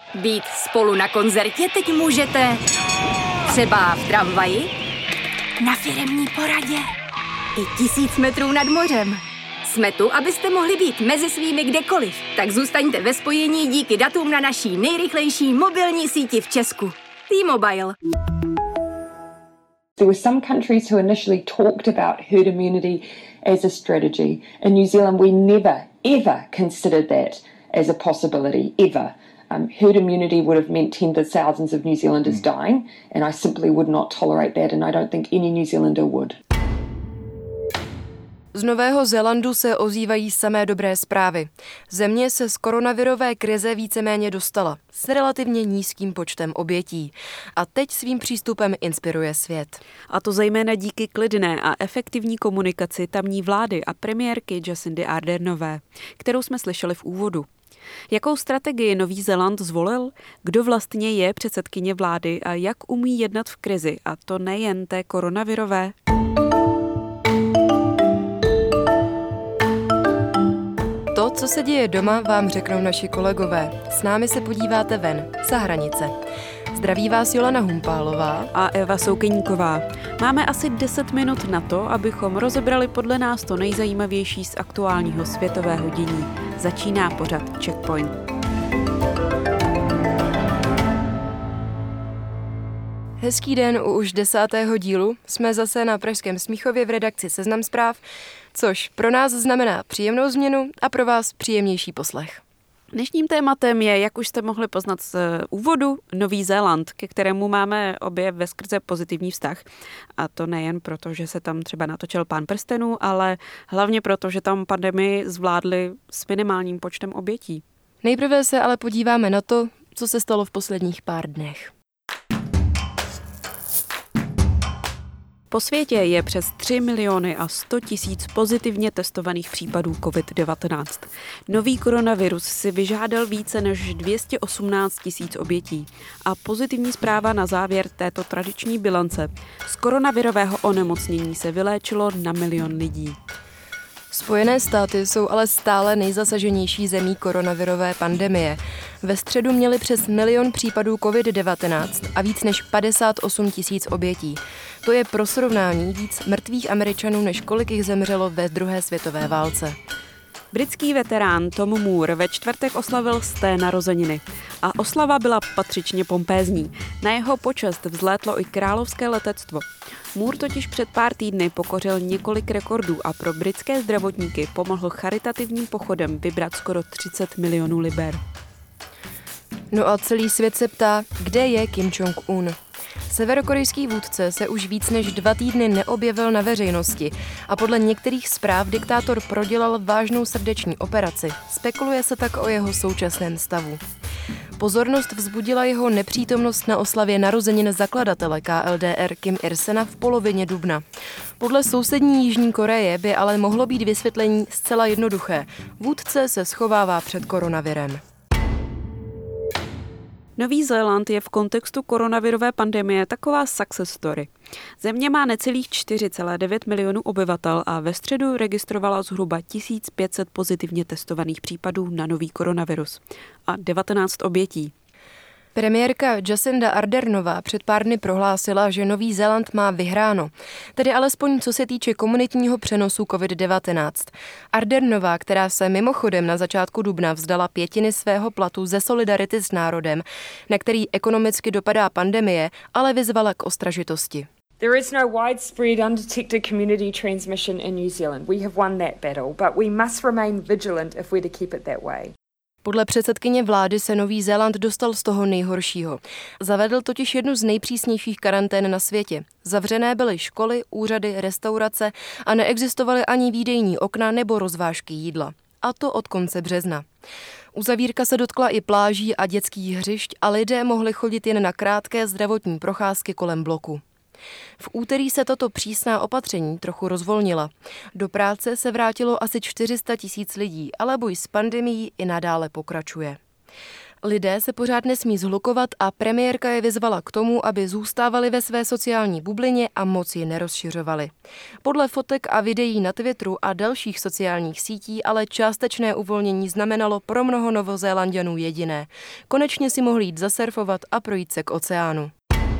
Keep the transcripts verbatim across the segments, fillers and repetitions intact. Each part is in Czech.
Být spolu na koncertě teď můžete třeba v tramvaji, na firemní poradě i tisíc metrů nad mořem. Jsme tu, abyste mohli být mezi svými kdekoliv, tak zůstaňte ve spojení díky datům na naší nejrychlejší mobilní síti v Česku. T-Mobile. There were some countries who initially talked about herd immunity as a strategy. In New Zealand, we never, ever considered that as a possibility, ever. Um, herd immunity would have meant tens of thousands of New Zealanders dying, and I simply would not tolerate that, and I don't think any New Zealander would. Z Nového Zélandu se ozývají samé dobré zprávy. Země se z koronavirové krize víceméně dostala s relativně nízkým počtem obětí. A teď svým přístupem inspiruje svět. A to zejména díky klidné a efektivní komunikaci tamní vlády a premiérky Jacindy Ardernové, kterou jsme slyšeli v úvodu. Jakou strategii Nový Zéland zvolil? Kdo vlastně je předsedkyně vlády a jak umí jednat v krizi? A to nejen té koronavirové. To, co se děje doma, vám řeknou naši kolegové. S námi se podíváte ven, za hranice. Zdraví vás Jolana Humpálová a Eva Soukeníková. Máme asi deset minut na to, abychom rozebrali podle nás to nejzajímavější z aktuálního světového dění. Začíná pořad Checkpoint. Hezký den u už desátého dílu. Jsme zase na Pražském Smíchově v redakci Seznam zpráv, což pro nás znamená příjemnou změnu a pro vás příjemnější poslech. Dnešním tématem je, jak už jste mohli poznat z úvodu, Nový Zéland, ke kterému máme obě veskrze pozitivní vztah. A to nejen proto, že se tam třeba natočil Pán prstenů, ale hlavně proto, že tam pandemii zvládli s minimálním počtem obětí. Nejprve se ale podíváme na to, co se stalo v posledních pár dnech. Po světě je přes tři miliony a sto tisíc pozitivně testovaných případů covid devatenáct. Nový koronavirus si vyžádal více než dvě stě osmnáct tisíc obětí. A pozitivní zpráva na závěr této tradiční bilance. Z koronavirového onemocnění se vyléčilo na milion lidí. Spojené státy jsou ale stále nejzasaženější zemí koronavirové pandemie. Ve středu měli přes milion případů covid devatenáct a víc než padesát osm tisíc obětí. To je pro srovnání víc mrtvých Američanů, než kolik jich zemřelo ve druhé světové válce. Britský veterán Tom Moore ve čtvrtek oslavil sté narozeniny. A oslava byla patřičně pompézní. Na jeho počest vzlétlo i královské letectvo. Moore totiž před pár týdny pokořil několik rekordů a pro britské zdravotníky pomohl charitativním pochodem vybrat skoro třicet milionů liber. No a celý svět se ptá, kde je Kim Jong-un? Severokorejský vůdce se už víc než dva týdny neobjevil na veřejnosti a podle některých zpráv diktátor prodělal vážnou srdeční operaci. Spekuluje se tak o jeho současném stavu. Pozornost vzbudila jeho nepřítomnost na oslavě narozenin zakladatele K L D R Kim Il-sena v polovině dubna. Podle sousední Jižní Koreje by ale mohlo být vysvětlení zcela jednoduché. Vůdce se schovává před koronavirem. Nový Zéland je v kontextu koronavirové pandemie taková success story. Země má necelých čtyři celé devět milionů obyvatel a ve středu registrovala zhruba tisíc pět set pozitivně testovaných případů na nový koronavirus a devatenáct obětí. Premiérka Jacinda Ardernová před pár dny prohlásila, že Nový Zéland má vyhráno, tedy alespoň co se týče komunitního přenosu covid devatenáct. Ardernová, která se mimochodem na začátku dubna vzdala pětiny svého platu ze solidarity s národem, na který ekonomicky dopadá pandemie, ale vyzvala k ostražitosti. There is no widespread undetected community transmission in New Zealand. We have won that battle, but we must remain vigilant if we're to keep it that way. Podle předsedkyně vlády se Nový Zéland dostal z toho nejhoršího. Zavedl totiž jednu z nejpřísnějších karantén na světě. Zavřené byly školy, úřady, restaurace a neexistovaly ani výdejní okna nebo rozvážky jídla. A to od konce března. Uzavírka se dotkla i pláží a dětských hřišť a lidé mohli chodit jen na krátké zdravotní procházky kolem bloku. V úterý se tato přísná opatření trochu rozvolnila. Do práce se vrátilo asi čtyři sta tisíc lidí, ale boj s pandemií i nadále pokračuje. Lidé se pořád nesmí zhlukovat a premiérka je vyzvala k tomu, aby zůstávali ve své sociální bublině a moc ji nerozšiřovali. Podle fotek a videí na Twitteru a dalších sociálních sítí ale částečné uvolnění znamenalo pro mnoho Novozélanďanů jediné. Konečně si mohli jít zasurfovat a projít se k oceánu.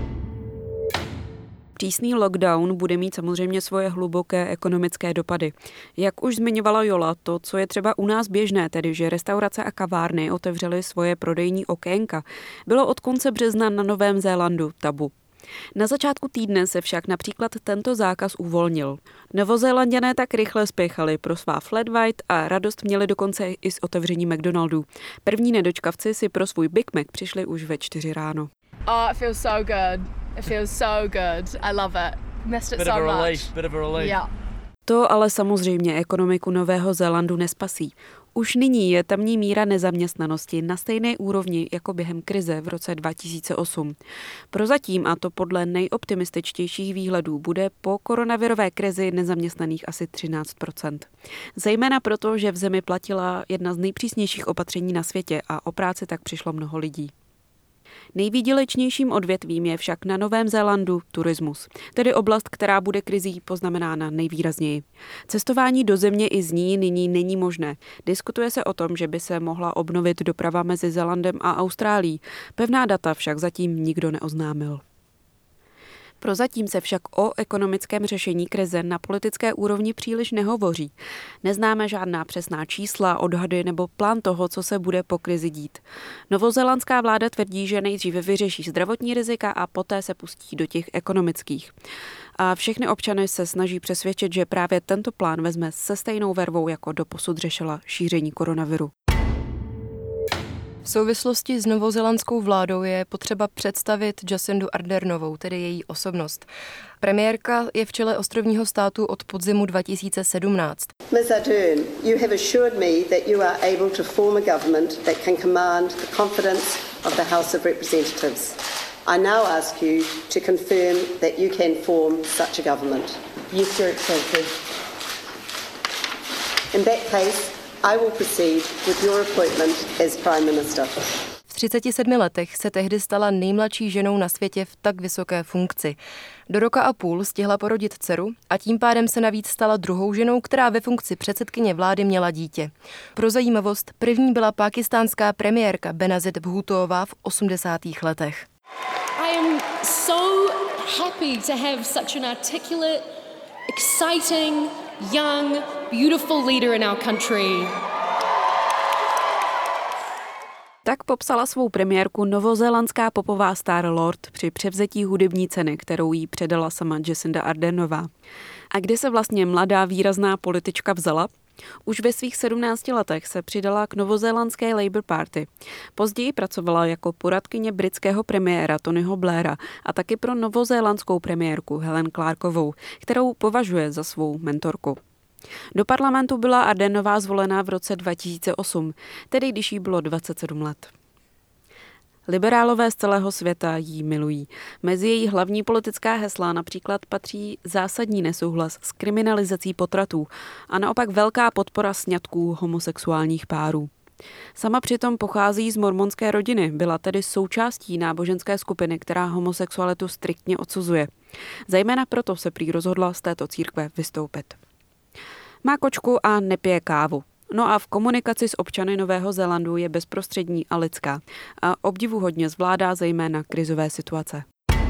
Přísný lockdown bude mít samozřejmě svoje hluboké ekonomické dopady. Jak už zmiňovala Jola, to, co je třeba u nás běžné, tedy že restaurace a kavárny otevřely svoje prodejní okénka, bylo od konce března na Novém Zélandu tabu. Na začátku týdne se však například tento zákaz uvolnil. Novozélanďané tak rychle spěchali pro svá flat white a radost měli dokonce i z otevření McDonaldu. První nedočkavci si pro svůj Big Mac přišli už ve čtyři ráno. Oh, it feels so good. It feels so good. I love it. Missed it bit so of a much. relief, bit of a relief. Yeah. To ale samozřejmě ekonomiku Nového Zélandu nespasí. Už nyní je tamní míra nezaměstnanosti na stejné úrovni jako během krize v roce dva tisíce osm. Prozatím, a to podle nejoptimističtějších výhledů, bude po koronavirové krizi nezaměstnaných asi třináct procent. Zejména proto, že v zemi platila jedna z nejpřísnějších opatření na světě a o práci tak přišlo mnoho lidí. Nejvýdělečnějším odvětvím je však na Novém Zélandu turismus, tedy oblast, která bude krizí poznamenána nejvýrazněji. Cestování do země i z ní nyní není možné. Diskutuje se o tom, že by se mohla obnovit doprava mezi Zélandem a Austrálií. Pevná data však zatím nikdo neoznámil. Prozatím se však o ekonomickém řešení krize na politické úrovni příliš nehovoří. Neznáme žádná přesná čísla, odhady nebo plán toho, co se bude po krizi dít. Novozélandská vláda tvrdí, že nejdříve vyřeší zdravotní rizika a poté se pustí do těch ekonomických. A všechny občany se snaží přesvědčit, že právě tento plán vezme se stejnou vervou, jako doposud řešila šíření koronaviru. V souvislosti s novozélandskou vládou je potřeba představit Jacindu Ardernovou, tedy její osobnost. Premiérka je v čele ostrovního státu od podzimu dva tisíce sedmnáct. Miz Ardern, you have assured me that you are able to form a government that can command the confidence of the House of Representatives. I now ask you to confirm that you can form such a government. Yes, Your Excellency. In that case, I will proceed with your appointment as Prime Minister. V třiceti sedmi letech se tehdy stala nejmladší ženou na světě v tak vysoké funkci. Do roka a půl stihla porodit dceru a tím pádem se navíc stala druhou ženou, která ve funkci předsedkyně vlády měla dítě. Pro zajímavost, první byla pákistánská premiérka Benazir Bhuttová v osmdesátých letech. I am so happy to have such an articulate, exciting, young, beautiful leader in our country. Tak popsala svou premiérku novozélandská popová Star Lord při převzetí hudební ceny, kterou jí předala sama Jacinda Ardernová. A kde se vlastně mladá výrazná politička vzala? Už ve svých sedmnácti letech se přidala k novozélandské Labour Party. Později pracovala jako poradkyně britského premiéra Tonyho Blaira a taky pro novozélandskou premiérku Helen Clarkovou, kterou považuje za svou mentorku. Do parlamentu byla Ardernová zvolena v roce dva tisíce osm, tedy když jí bylo dvacet sedm let. Liberálové z celého světa jí milují. Mezi její hlavní politická hesla například patří zásadní nesouhlas s kriminalizací potratů a naopak velká podpora sňatků homosexuálních párů. Sama přitom pochází z mormonské rodiny, byla tedy součástí náboženské skupiny, která homosexualitu striktně odsuzuje. Zejména proto se prý rozhodla z této církve vystoupit. Má kočku a nepije kávu. No a v komunikaci s občany Nového Zélandu je bezprostřední a lidská a obdivuhodně zvládá zejména krizové situace.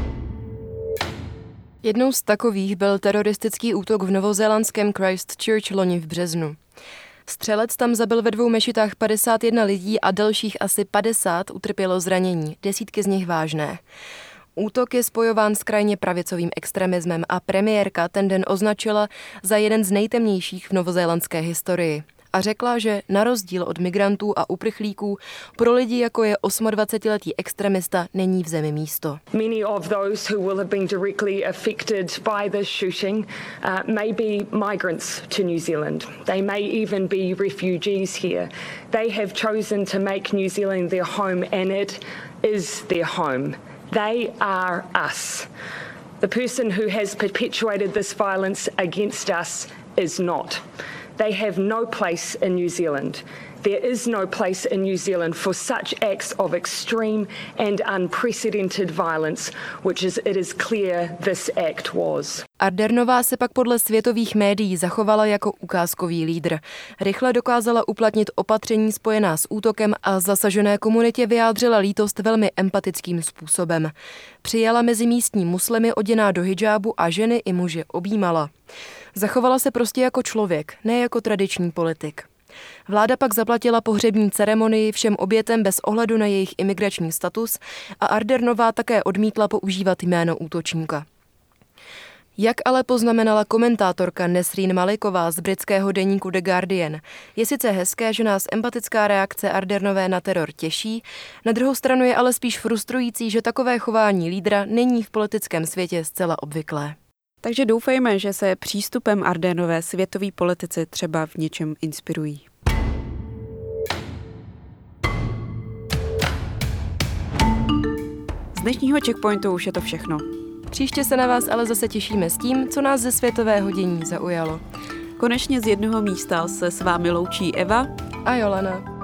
Jednou z takových byl teroristický útok v novozélandském Christchurch loni v březnu. Střelec tam zabil ve dvou mešitách padesát jedna lidí a dalších asi padesát utrpělo zranění, desítky z nich vážné. Útok je spojován s krajně pravicovým extremismem a premiérka ten den označila za jeden z nejtemnějších v novozélandské historii. A řekla, že na rozdíl od migrantů a uprchlíků pro lidi, jako je dvacetioosmiletý extremista, není v zemi místo. Many of those who will have been directly affected by this shooting uh, may be migrants to New Zealand. They may even be refugees here. They have chosen to make New Zealand their home and it is their home. They are us. The person who has perpetuated this violence against us is not. They have no place in New Zealand. There is no place in New Zealand for such acts of extreme and unprecedented violence, which is it is clear this act was. Ardernová se pak podle světových médií zachovala jako ukázkový lídr. Rychle dokázala uplatnit opatření spojená s útokem a zasažené komunitě vyjádřila lítost velmi empatickým způsobem. Přijala mezi místní muslimy oděná do hidžábu a ženy i muže objímala. Zachovala se prostě jako člověk, ne jako tradiční politik. Vláda pak zaplatila pohřební ceremonii všem obětem bez ohledu na jejich imigrační status a Ardernová také odmítla používat jméno útočníka. Jak ale poznamenala komentátorka Nesreen Maliková z britského deníku The Guardian, je sice hezké, že nás empatická reakce Ardernové na teror těší, na druhou stranu je ale spíš frustrující, že takové chování lídra není v politickém světě zcela obvyklé. Takže doufejme, že se přístupem Ardernové světoví politici třeba v něčem inspirují. Z dnešního Checkpointu už je to všechno. Příště se na vás ale zase těšíme s tím, co nás ze světového dění zaujalo. Konečně z jednoho místa se s vámi loučí Eva a Jolana.